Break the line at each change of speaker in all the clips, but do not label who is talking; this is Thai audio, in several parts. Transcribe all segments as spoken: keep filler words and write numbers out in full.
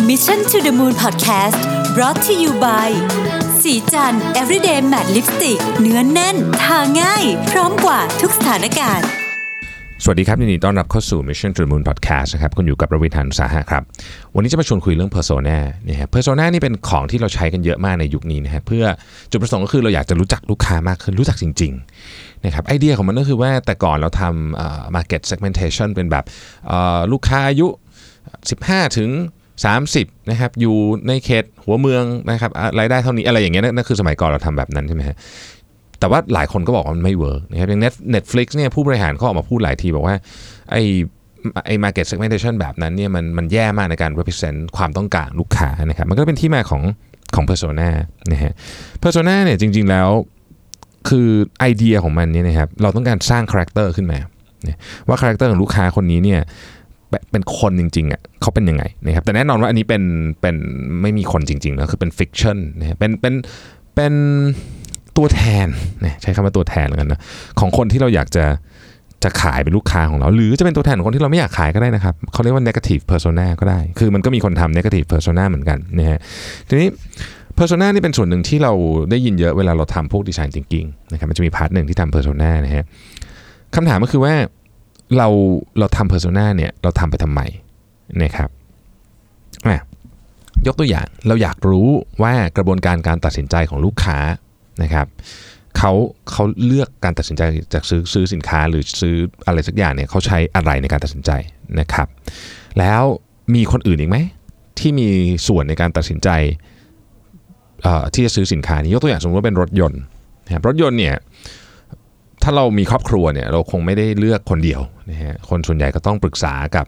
Mission to the Moon Podcast brought to you by สีจัน Everyday Matte Lipstick เนื้อนแน่นทาง่ายพร้อมกว่าทุกสถานการณ์
สวัสดีครับยินดีต้อนรับเข้าสู่ Mission to the Moon Podcast นะครับคุณอยู่กับรวินทร์ อุตสาหะครับวันนี้จะมาชวนคุยเรื่อง Persona นี่ฮะ Persona นี่เป็นของที่เราใช้กันเยอะมากในยุคนี้นะฮะเพื่อจุดประสงค์ก็คือเราอยากจะรู้จักลูกค้ามากขึ้นรู้จักจริงๆนะครับไอเดียของมันก็คือว่าแต่ก่อนเราทำเอ่อ market segmentation เป็นแบบเอ่อลูกค้าอายุสิบห้าถึงสามสิบนะครับอยู่ในเขตหัวเมืองนะครับรายได้เท่านี้อะไรอย่างเงี้ยนั่นคือสมัยก่อนเราทำแบบนั้นใช่ไหมฮะแต่ว่าหลายคนก็บอกว่ามันไม่เวิร์กนะครับอย่าง Netflix เนี่ยผู้บริหารเขาออกมาพูดหลายทีบอกว่าไอ้ไอ้ market segmentation แบบนั้นเนี่ยมันมันแย่มากในการ represent ความต้องการลูกค้านะครับมันก็เป็นที่มาของของ persona นะฮะ persona เนี่ยจริงๆแล้วคือไอเดียของมันเนี่ยนะครับเราต้องการสร้างคาแรคเตอร์ขึ้นมาว่าคาแรคเตอร์ของลูกค้าคนนี้เนี่ยเป็นคนจริงๆอ่ะเขาเป็นยังไงนะครับแต่แน่นอนว่าอันนี้เป็นเป็นไม่มีคนจริงๆนะคือเป็นฟิกชันนะเป็นเป็นเป็นตัวแทนนะใช้คำว่าตัวแทนแล้วกันนะของคนที่เราอยากจะจะขายเป็นลูกค้าของเราหรือจะเป็นตัวแทนของคนที่เราไม่อยากขายก็ได้นะครับเขาเรียกว่า negative persona ก็ได้คือมันก็มีคนทำ negative persona เหมือนกันนะฮะทีนี้ persona นี่เป็นส่วนหนึ่งที่เราได้ยินเยอะเวลาเราทำพวก design thinking นะครับมันจะมีพาร์ทหนึ่งที่ทำ persona นะฮะคำถามก็คือว่าเราเราทำ persona เนี่ยเราทำไปทำไมนะครับอ่ะยกตัวอย่างเราอยากรู้ว่ากระบวนการการตัดสินใจของลูกค้านะครับเขาเขาเลือกการตัดสินใจจากซื้อซื้อสินค้าหรือซื้ออะไรสักอย่างเนี่ยเขาใช้อะไรในการตัดสินใจนะครับแล้วมีคนอื่นอีกไหมที่มีส่วนในการตัดสินใจที่จะซื้อสินค้านี้ยกตัวอย่างสมมติว่าเป็นรถยนต์นะครับรถยนต์เนี่ยถ้าเรามีครอบครัวเนี่ยเราคงไม่ได้เลือกคนเดียวนะฮะคนส่วนใหญ่ก็ต้องปรึกษากับ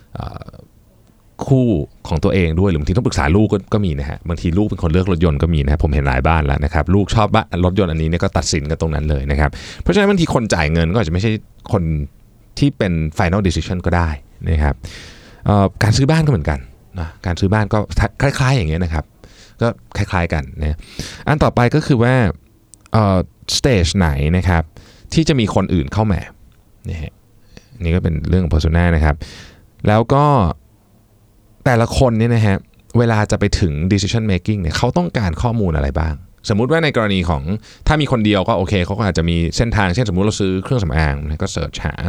คู่ของตัวเองด้วยหรือบางทีต้องปรึกษาลูก ก, ก็มีนะฮะบางทีลูกเป็นคนเลือกรถยนต์ก็มีนะครับผมเห็นหลายบ้านแล้วนะครับลูกชอบรถยนต์อันนี้เนี่ยก็ตัดสินกันตรงนั้นเลยนะครับเพราะฉะนั้นบางทีคนจ่ายเงินก็อาจจะไม่ใช่คนที่เป็น final decision ก็ได้นะครับการซื้อบ้านก็เหมือนกันนะการซื้อบ้านก็คล้ายๆอย่างเงี้ยนะครับก็คล้ายๆกันนะอันต่อไปก็คือว่าสเตจไหนนะครับที่จะมีคนอื่นเข้ามานี่ฮะนี่ก็เป็นเรื่องของ persona นะครับแล้วก็แต่ละคนเนี่ยนะฮะเวลาจะไปถึง decision making เนี่ยเขาต้องการข้อมูลอะไรบ้างสมมุติว่าในกรณีของถ้ามีคนเดียวก็โอเคเขาก็อาจจะมีเส้นทางเช่นสมมุติเราซื้อเครื่องสำอางก็เสิร์ชหา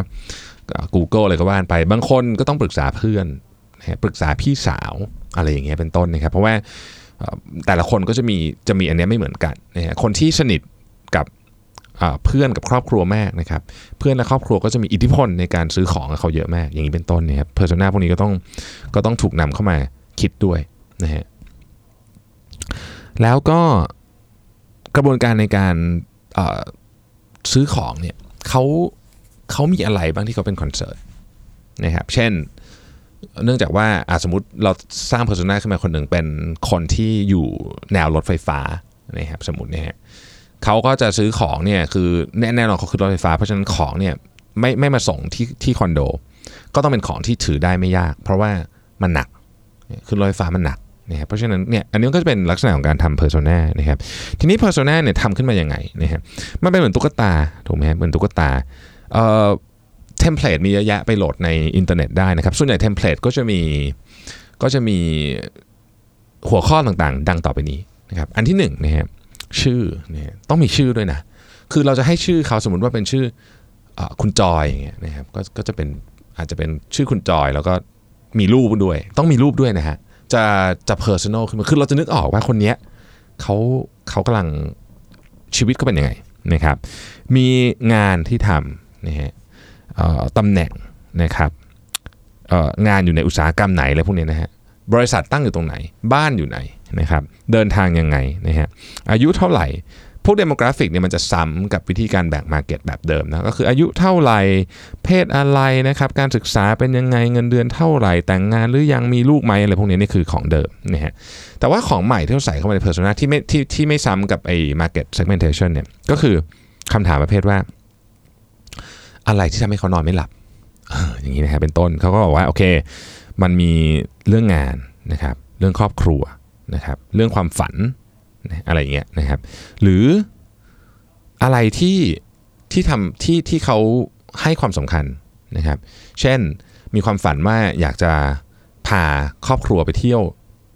Google อะไรก็ว่านไปบางคนก็ต้องปรึกษาเพื่อนปรึกษาพี่สาวอะไรอย่างเงี้ยเป็นต้นนะครับเพราะว่าแต่ละคนก็จะมีจะมีอันนี้ไม่เหมือนกันนะฮะคนที่สนิทกับเพื่อนกับครอบครัวมากนะครับเพื่อนและครอบครัวก็จะมีอิทธิพลในการซื้อของกับเขาเยอะมากอย่างนี้เป็นต้นเนี่ยครับเพอร์โซน่าพวกนี้ก็ต้องก็ต้องถูกนำเข้ามาคิดด้วยนะฮะแล้วก็กระบวนการในการซื้อของเนี่ยเขาเขามีอะไรบ้างที่เขาเป็นคอนเซิร์นนะครับเช่นเนื่องจากว่าสมมติเราสร้างเพอร์โซน่าขึ้นมาคนหนึ่งเป็นคนที่อยู่แนวรถไฟฟ้านะครับสมมติเนี่ยเขาก็จะซื้อของเนี่ยคือแน่นอนเขาคือรถไฟฟ้าเพราะฉะนั้นของเนี่ยไม่ไม่มาส่งที่ที่คอนโดก็ต้องเป็นของที่ถือได้ไม่ยากเพราะว่ามันหนักคือรถไฟฟ้ามันหนักนะครับเพราะฉะนั้นเนี่ยอันนี้ก็จะเป็นลักษณะของการทำเพอร์โซน่านะครับทีนี้เพอร์โซน่าเนี่ยทำขึ้นมายังไงนะครับมันเป็นเหมือนตุ๊กตาถูกไหมเหมือนตุ๊กตาเอ่อเทมเพลตมีเยอะแยะไปโหลดในอินเทอร์เน็ตได้นะครับส่วนใหญ่เทมเพลตก็จะมีก็จะมีหัวข้อต่างๆดังต่อไปนี้นะครับอันที่หนึ่งนะครับชื่อเนี่ยต้องมีชื่อด้วยนะคือเราจะให้ชื่อเขาสมมุติว่าเป็นชื่อคุณจอยอย่างเงี้ยนะครับก็ก็จะเป็นอาจจะเป็นชื่อคุณจอยแล้วก็มีรูปด้วยต้องมีรูปด้วยนะฮะจะจะ personal ขึ้นมาคือเราจะนึกออกว่าคนนี้เขาเขากำลังชีวิตเขาเป็นยังไงนะครับมีงานที่ทำนะฮะตำแหน่งนะครับงานอยู่ในอุตสาหกรรมไหนอะไรพวกนี้นะฮะบริษัทตั้งอยู่ตรงไหนบ้านอยู่ไหนนะครับเดินทางยังไงนะฮะอายุเท่าไหร่พวก demographic เนี่ยมันจะซ้ำกับวิธีการแบ่ง market แบบเดิมนะก็คืออายุเท่าไหร่เพศอะไรนะครับการศึกษาเป็นยังไงเงินเดือนเท่าไหร่แต่งงานหรือยังมีลูกไหมอะไรพวกนี้นี่คือของเดิมนะฮะแต่ว่าของใหม่ที่เราใส่เข้ามาใน persona ที่ไม่ที่ที่ไม่ซ้ำกับไอ้ market segmentation เนี่ยก็คือคำถามประเภทว่าอะไรที่ทำให้เขานอนไม่หลับอย่างนี้นะฮะเป็นต้นเขาก็บอกว่าโอเคมันมีเรื่องงานนะครับเรื่องครอบครัวนะครับเรื่องความฝันอะไรอย่างเงี้ยนะครับหรืออะไรที่ที่ทำที่ที่เขาให้ความสำคัญนะครับเช่นมีความฝันว่าอยากจะพาครอบครัวไปเที่ยว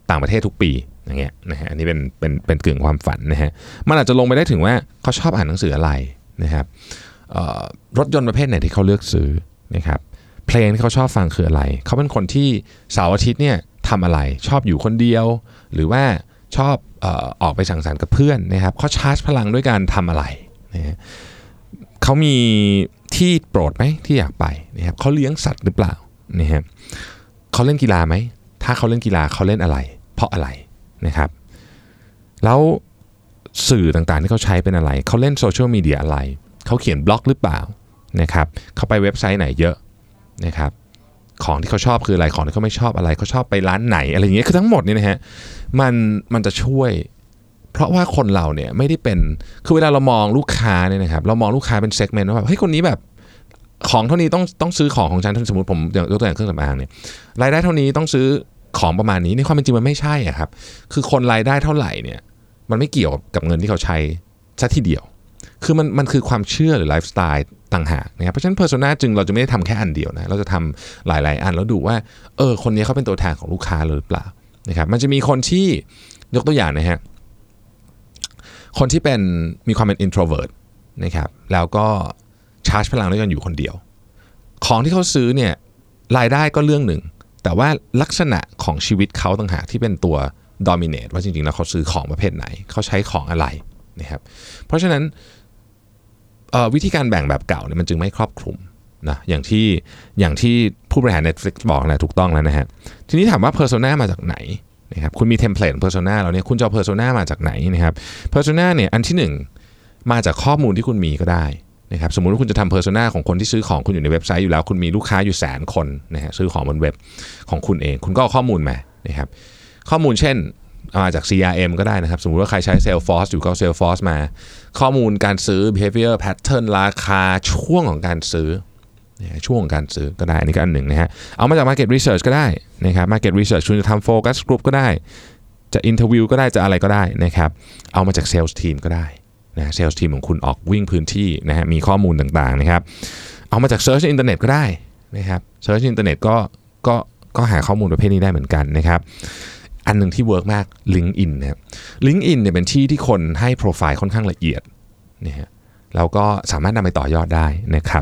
ต่างประเทศทุกปีอย่างเงี้ยนะฮะอันนี้เป็นเป็นเป็นกึ่งความฝันนะฮะมันอาจจะลงไปได้ถึงว่าเขาชอบอ่านหนังสืออะไรนะครับรถยนต์ประเภทไหนที่เขาเลือกซื้อนะครับเพลงที่เขาชอบฟังคืออะไรเขาเป็นคนที่เสาร์อาทิตย์เนี่ยทำอะไรชอบอยู่คนเดียวหรือว่าชอบเอ่อออกไปสังสรรค์กับเพื่อนนะครับเขาชาร์จพลังด้วยการทำอะไรนะฮะเขามีที่โปรดไหมที่อยากไปนะครับเขาเลี้ยงสัตว์หรือเปล่านะฮะเขาเล่นกีฬาไหมถ้าเขาเล่นกีฬาเขาเล่นอะไรเพราะอะไรนะครับแล้วสื่อต่างๆที่เขาใช้เป็นอะไรเขาเล่นโซเชียลมีเดียอะไรเขาเขียนบล็อกหรือเปล่านะครับเขาไปเว็บไซต์ไหนเยอะนะครับของที่เขาชอบคืออะไรของที่เขาไม่ชอบอะไรเขาชอบไปร้านไหนอะไรอย่างเงี้ยคือทั้งหมดนี่นะฮะมันมันจะช่วยเพราะว่าคนเราเนี่ยไม่ได้เป็นคือเวลาเรามองลูกค้าเนี่ยนะครับเรามองลูกค้าเป็นเซกเมนต์ว่าแบบเฮ้ยคนนี้แบบของเท่านี้ต้องต้องซื้อของของฉันสมมติผมยกตัวอย่างเครื่องสำอางเนี่ยรายได้เท่านี้ต้องซื้อของประมาณนี้ในความเป็นจริงมันไม่ใช่อะครับคือคนรายได้เท่าไหร่เนี่ยมันไม่เกี่ยวกับเงินที่เขาใช้ซะทีเดียวคือมันมันคือความเชื่อหรือไลฟ์สไตล์ต่างหากนะครับเพราะฉะนั้น persona จึงเราจะไม่ได้ทำแค่อันเดียวนะเราจะทำหลายๆอันแล้วดูว่าเออคนนี้เขาเป็นตัวแทนของลูกค้าหรือเปล่านะครับมันจะมีคนที่ยกตัวอย่างนะฮะคนที่เป็นมีความเป็น introvert นะครับแล้วก็ชาร์จพลังด้วยกันอยู่คนเดียวของที่เขาซื้อเนี่ยรายได้ก็เรื่องหนึ่งแต่ว่าลักษณะของชีวิตเขาต่างหากที่เป็นตัว dominate ว่าจริงๆแล้วเขาซื้อของประเภทไหนเขาใช้ของอะไรนะครับเพราะฉะนั้นวิธีการแบ่งแบบเก่าเนี่ยมันจึงไม่ครอบคลุมนะอย่างที่อย่างที่ผู้บริหาร Netflix บอกนะถูกต้องแล้วนะฮะทีนี้ถามว่า persona มาจากไหนนะครับคุณมีเทมเพลตของ persona แล้วเนี่ยคุณจะเอา persona มาจากไหนนะครับ persona เนี่ยอันที่หนึ่งมาจากข้อมูลที่คุณมีก็ได้นะครับสมมุติว่าคุณจะทำ persona ของคนที่ซื้อของคุณอยู่ในเว็บไซต์อยู่แล้วคุณมีลูกค้าอยู่แสนคนนะฮะซื้อของบนเว็บของคุณเองคุณก็เอาข้อมูลมานะครับข้อมูลเช่นมาจาก ซี อาร์ เอ็ม ก็ได้นะครับสมมุติว่าใครใช้ Salesforce อยู่ก็ Salesforce มาข้อมูลการซื้อ behavior pattern ราคาช่วงของการซื้อช่วงของการซื้อก็ได้อันนี้ก็อันหนึ่งนะฮะเอามาจาก market research ก็ได้นะครับ market research คุณจะทำ focus group ก็ได้จะ interview ก็ได้จะอะไรก็ได้นะครับเอามาจาก sales team ก็ได้นะ sales team ของคุณออกวิ่งพื้นที่นะฮะมีข้อมูลต่างๆนะครับเอามาจาก search ในอินเทอร์เน็ตก็ได้นะครับ search ในอินเทอร์เน็ตก็ก็ก็หาข้อมูลประเภทนี้ได้เหมือนกันนะครับอันหนึ่งที่เวิร์กมาก LinkedIn นะครับ LinkedIn เนี่ยเป็นที่ที่คนให้โปรไฟล์ค่อนข้างละเอียดนะฮะแล้วก็สามารถนำไปต่อยอดได้นะครับ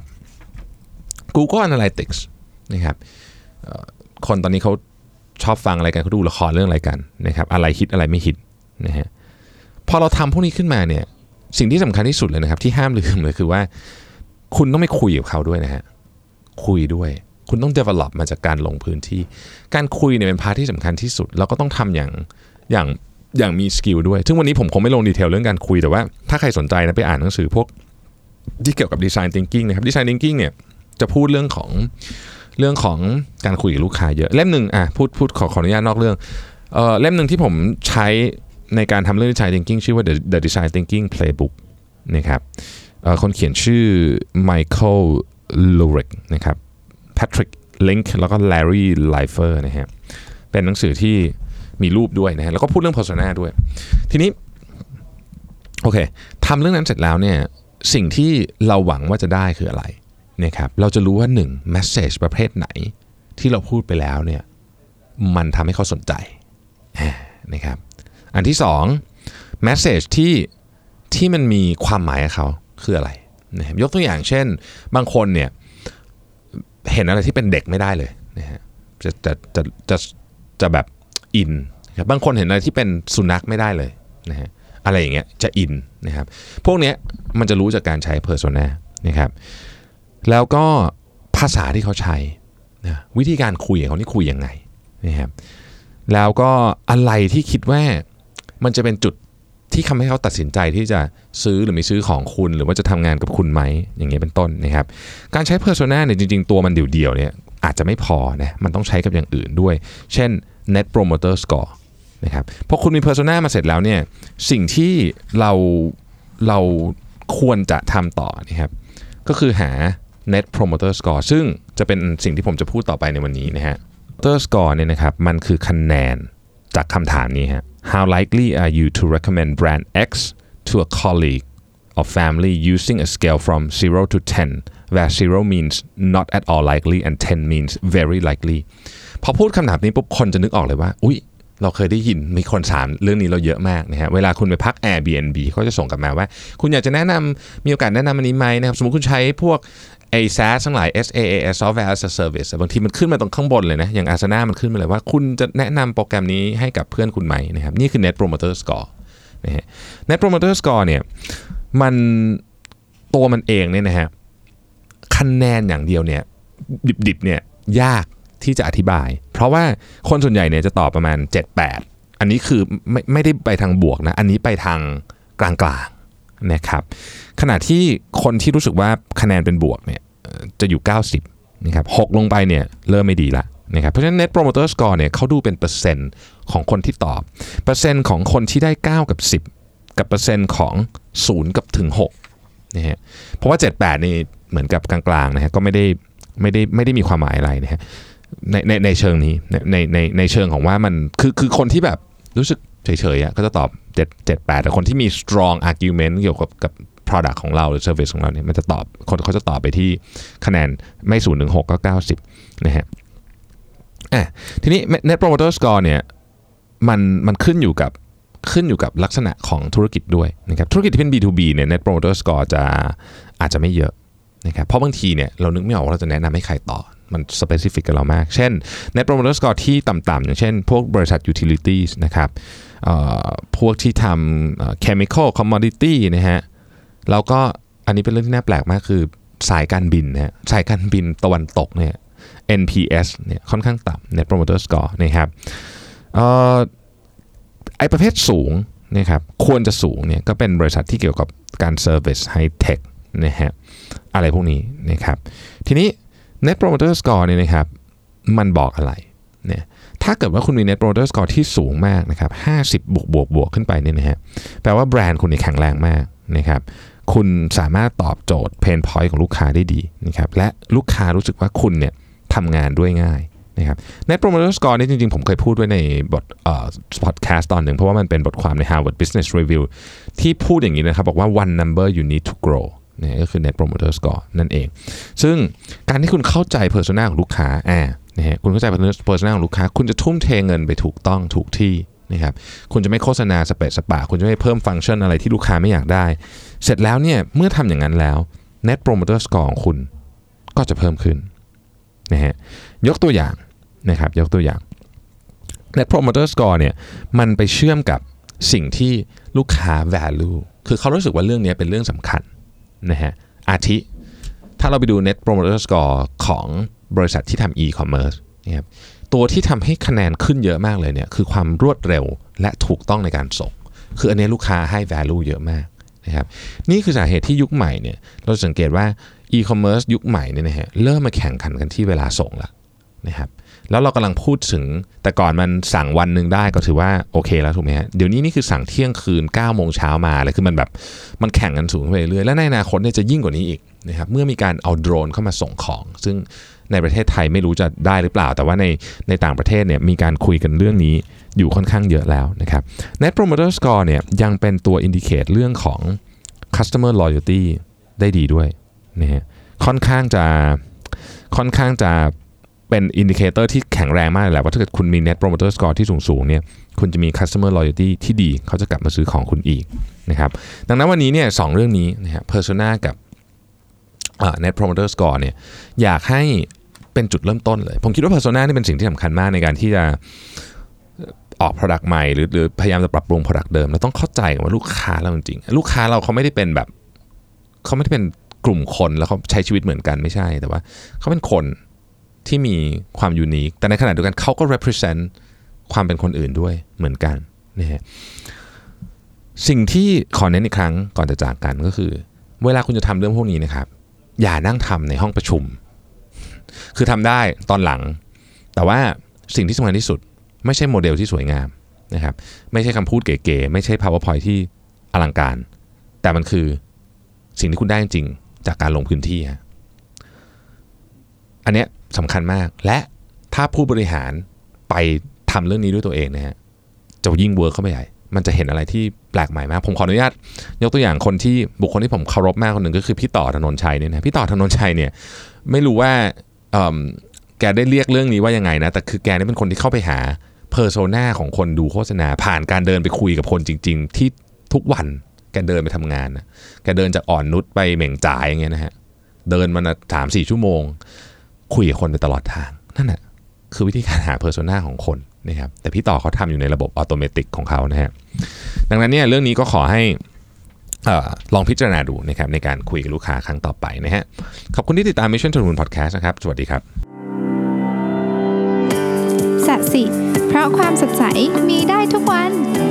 Google Analytics นะครับคนตอนนี้เขาชอบฟังอะไรกันเขาดูละครเรื่องอะไรกันนะครับอะไรฮิตอะไรไม่ฮิตนะฮะพอเราทำพวกนี้ขึ้นมาเนี่ยสิ่งที่สำคัญที่สุดเลยนะครับที่ห้ามลืมเลยคือว่าคุณต้องไปคุยกับเขาด้วยนะฮะคุยด้วยคุณต้อง develop มาจากการลงพื้นที่การคุยเนี่ยเป็นพาร์ทที่สำคัญที่สุดแล้วก็ต้องทำอย่างอย่างอย่างมีสกิลด้วยซึ่งวันนี้ผมคงไม่ลงดีเทลเรื่องการคุยแต่ว่าถ้าใครสนใจนะไปอ่านหนังสือพวกที่เกี่ยวกับ design thinking นะครับ design thinking เนี่ยจะพูดเรื่องของเรื่องของการคุยกับลูกค้าเยอะเล่มหนึ่งอ่ะพูดพูดขอขออนุญาตนอกเรื่องเอ่อเล่มหนึ่งที่ผมใช้ในการทำเรื่อง design thinking ชื่อว่า the, the design thinking playbook นะครับเอ่อคนเขียนชื่อ Michael Lurick นะครับPatrick Link แล้วก็ Larry Leifer นะฮะเป็นหนังสือที่มีรูปด้วยนะฮะแล้วก็พูดเรื่อง persona ด้วยทีนี้โอเคทำเรื่องนั้นเสร็จแล้วเนี่ยสิ่งที่เราหวังว่าจะได้คืออะไรนะครับเราจะรู้ว่าหนึ่ง message ประเภทไหนที่เราพูดไปแล้วเนี่ยมันทำให้เขาสนใจนะครับอันที่สอง message ที่ที่มันมีความหมายกับเขาคืออะไรนะครับยกตัวอย่างเช่นบางคนเนี่ยเห็นอะไรที่เป็นเด็กไม่ได้เลยนะฮะจะจะจะจะจะแบบอินครับบางคนเห็นอะไรที่เป็นสุนัขไม่ได้เลยนะฮะอะไรอย่างเงี้ยจะอินนะครับพวกเนี้ยมันจะรู้จากการใช้ persona นะครับแล้วก็ภาษาที่เขาใช้นะวิธีการคุยของเขาที่คุยยังไงนะครับแล้วก็อะไรที่คิดว่ามันจะเป็นจุดที่ทำให้เขาตัดสินใจที่จะซื้อหรือไม่ซื้อของคุณหรือว่าจะทำงานกับคุณไหมอย่างเงี้ยเป็นต้นนะครับการใช้ persona เนี่ยจริงๆตัวมันเดี่ยวๆเนี่ยอาจจะไม่พอนะมันต้องใช้กับอย่างอื่นด้วยเช่น net promoter score นะครับพอคุณมี persona มาเสร็จแล้วเนี่ยสิ่งที่เราเราควรจะทำต่อนะครับก็คือหา net promoter score ซึ่งจะเป็นสิ่งที่ผมจะพูดต่อไปในวันนี้นะฮะ promoter score เนี่ยนะครับมันคือคะแนนจากคำถามนี้ฮะHow likely are you to recommend brand X to a colleague or family using a scale from zero to ten, where zero means not at all likely and ten means very likely พอพูดคำถามนี้ปุ๊บคนจะนึกออกเลยว่าอุ๊ยเราเคยได้ยินมีคนถามเรื่องนี้เราเยอะมากนะฮะเวลาคุณไปพัก Airbnb เขาจะส่งกลับมาว่าคุณอยากจะแนะนำมีโอกาสแนะนำอันนี้ไหมนะครับสมมติคุณใช้พวกไอ้ SaaS ทั้งหลาย เอส เอ เอ เอส Software as a Service บางทีมันขึ้นมาตรงข้างบนเลยนะอย่าง Asana มันขึ้นมาเลยว่าคุณจะแนะนำโปรแกรมนี้ให้กับเพื่อนคุณไหมนะครับนี่คือ Net Promoter Score นะฮะ Net Promoter Score เนี่ยมันตัวมันเองเนี่ยนะฮะคะแนนอย่างเดียวเนี่ยดิบๆเนี่ยยากที่จะอธิบายเพราะว่าคนส่วนใหญ่เนี่ยจะตอบประมาณ เจ็ดแปด อันนี้คือไม่ไม่ได้ไปทางบวกนะอันนี้ไปทางกลางๆนะครับขณะที่คนที่รู้สึกว่าคะแนนเป็นบวกเนี่ยจะอยู่เก้าสิบนะครับหกลงไปเนี่ยเริ่มไม่ดีละนะครับเพราะฉะนั้น Net Promoter Score เนี่ยเขาดูเป็นเปอร์เซ็นต์ของคนที่ตอบเปอร์เซ็นต์ของคนที่ได้เก้ากับสิบกับเปอร์เซ็นต์ของศูนย์กับถึงหกนะฮะเพราะว่าเจ็ดแปดนี่เหมือนกับกลางๆนะฮะก็ไม่ได้ไม่ได้ไม่ได้มีความหมายอะไรนะฮะในในในเชิงนี้ในในในเชิงของว่ามันคือคือคนที่แบบรู้สึกเฉยๆอ่ะก็จะตอบเจ็ด เจ็ด แปดแต่คนที่มี strong argument เกี่ยวกับกับ product ของเราหรือ service ของเราเนี่ยมันจะตอบคนเขาจะตอบไปที่คะแนนไม่ศูนย์ถึงหกก็เก้าสิบนะฮะอ่ะทีนี้ Net Promoter Score เนี่ยมันมันขึ้นอยู่กับขึ้นอยู่กับลักษณะของธุรกิจด้วยนะครับธุรกิจที่เป็น บี ทู บี เนี่ย Net Promoter Score จะอาจจะไม่เยอะนะครับเพราะบางทีเนี่ยเรานึกไม่ออกว่าเราจะแนะนำให้ใครต่อมัน specific กับเรามากเช่น Net Promoter Score ที่ต่ำๆอย่างเช่นพวกบริษัท utilities นะครับพวกที่ทำ chemical commodity นะฮะแล้วก็อันนี้เป็นเรื่องที่น่าแปลกมากคือสายการบินนะฮะสายการบินตะวันตกเนี่ย เอ็น พี เอส เนี่ยค่อนข้างต่ำ Net Promoter Score นะครับไอ้ประเภทสูงนะครับควรจะสูงเนี่ยก็เป็นบริษัทที่เกี่ยวกับการ service high tech นะฮะอะไรพวกนี้นะครับทีนี้ Net Promoter Score เนี่ยนะครับมันบอกอะไรเนี่ยถ้าเกิดว่าคุณมี Net Promoter Score ที่สูงมากนะครับห้าสิบบวกบวกบวกขึ้นไปเนี่ยนะฮะแปลว่าแบรนด์คุณเนี่ยแข็งแรงมากนะครับคุณสามารถตอบโจทย์ pain point ของลูกค้าได้ดีนะครับและลูกค้ารู้สึกว่าคุณเนี่ยทำงานด้วยง่ายนะครับ Net Promoter Score นี่จริงๆผมเคยพูดไว้ในบทเอ่อ podcast ตอนหนึ่งเพราะว่ามันเป็นบทความใน Harvard Business Review ที่พูดอย่างนี้นะครับบอกว่า one number you need to grow นี่ก็คือ Net Promoter Score นั่นเองซึ่งการที่คุณเข้าใจ persona ของลูกค้าอ่านะฮะคุณเข้าใจ persona ของลูกค้าคุณจะทุ่มเทเงินไปถูกต้องถูกที่นะครับคุณจะไม่โฆษณาสเปะสปะคุณจะไม่เพิ่มฟังก์ชันอะไรที่ลูกค้าไม่อยากได้เสร็จแล้วเนี่ยเมื่อทำอย่างนั้นแล้ว Net Promoter Score ของคุณก็จะเพิ่มขึ้นนะฮะยกตัวอย่างนะครับยกตัวอย่าง Net Promoter Score เนี่ยมันไปเชื่อมกับสิ่งที่ลูกค้า value คือเขารู้สึกว่าเรื่องนี้เป็นเรื่องสำคัญนะฮะอาทิถ้าเราไปดู Net Promoter Score ของบริษัทที่ทำ e-commerce นะครับตัวที่ทำให้คะแนนขึ้นเยอะมากเลยเนี่ยคือความรวดเร็วและถูกต้องในการส่งคืออันนี้ลูกค้าให้ value เยอะมากนะครับนี่คือสาเหตุที่ยุคใหม่เนี่ยเราสังเกตว่า e-commerce ยุคใหม่เนี่ยนะฮะเริ่มมาแข่งขันกันที่เวลาส่งละนะครับแล้วเรากำลังพูดถึงแต่ก่อนมันสั่งวันหนึ่งได้ก็ถือว่าโอเคแล้วถูกไหมฮะเดี๋ยวนี้นี่คือสั่งเที่ยงคืนเก้าโมงเช้ามาเลยคือมันแบบมันแข่งกันสูงไปเรื่อยและในอนาคตเนี่ยจะยิ่งกว่านี้อีกนะครับเมื่อมีการเอาโดรนเข้ามาส่งของซึ่งในประเทศไทยไม่รู้จะได้หรือเปล่าแต่ว่าในในต่างประเทศเนี่ยมีการคุยกันเรื่องนี้อยู่ค่อนข้างเยอะแล้วนะครับ Net Promoter Score เนี่ยยังเป็นตัวอินดิเคตเรื่องของ customer loyalty ได้ดีด้วยนะฮะค่อนข้างจะค่อนข้างจะเป็นอินดิเคเตอร์ที่แข็งแรงมากเลยแหละว่าถ้าเกิดคุณมี Net Promoter Score ที่สูงๆเนี่ยคุณจะมี customer loyalty ที่ดีเขาจะกลับมาซื้อของคุณอีกนะครับดังนั้นวันนี้เนี่ยสองเรื่องนี้นะฮะ persona กับNet Promoter Score เนี่ยอยากให้เป็นจุดเริ่มต้นเลยผมคิดว่า persona นี่เป็นสิ่งที่สำคัญมากในการที่จะออก product ใหม่หรือหรือพยายามจะปรับปรุง product เดิมเราต้องเข้าใจว่าลูกค้าเราจริงๆลูกค้าเราเขาไม่ได้เป็นแบบเขาไม่ได้เป็นกลุ่มคนแล้วเขาใช้ชีวิตเหมือนกันไม่ใช่แต่ว่าเขาเป็นคนที่มีความยูนิคแต่ในขณะเดียวกันเขาก็ represent ความเป็นคนอื่นด้วยเหมือนกันนะฮะสิ่งที่ขอเน้นอีกครั้งก่อนจะจากกันก็คือเวลาคุณจะทำเรื่องพวกนี้นะครับอย่านั่งทำในห้องประชุมคือทำได้ตอนหลังแต่ว่าสิ่งที่สำคัญที่สุดไม่ใช่โมเดลที่สวยงามนะครับไม่ใช่คำพูดเก๋ๆไม่ใช่ powerpoint ที่อลังการแต่มันคือสิ่งที่คุณได้จริงจากการลงพื้นที่ฮะอันเนี้ยสำคัญมากและถ้าผู้บริหารไปทำเรื่องนี้ด้วยตัวเองนะฮะจะยิ่งเวิร์คเข้าไปใหญ่มันจะเห็นอะไรที่แปลกใหม่มากผมขออนุญาตยกตัวอย่างคนที่บุคคลที่ผมเคารพมากคนหนึ่งก็คือพี่ต่อธนนชัยเนี่ยนะพี่ต่อธนนชัยเนี่ยไม่รู้ว่าแกได้เรียกเรื่องนี้ว่ายังไงนะแต่คือแกนี่เป็นคนที่เข้าไปหาเพอร์โซนาของคนดูโฆษณาผ่านการเดินไปคุยกับคนจริงๆที่ทุกวันแกเดินไปทำงานนะแกเดินจากอ่อนนุชไปเหม่งจ่ายอย่างเงี้ยนะฮะเดินมาสามสี่ชั่วโมงคุยกับคนไปตลอดทางนั่นแหละคือวิธีการหาเพอร์โซนาของคนนะครับแต่พี่ต่อเขาทำอยู่ในระบบออโตเมติกของเขานะฮะดังนั้นเนี่ยเรื่องนี้ก็ขอให้เอ่อลองพิจารณาดูนะครับในการคุยกับลูกค้าครั้งต่อไปนะฮะขอบคุณที่ติดตาม Mission to the Moon Podcast นะครับสวัสดีครับ
สัตว์สิเพราะความสดใสมีได้ทุกวัน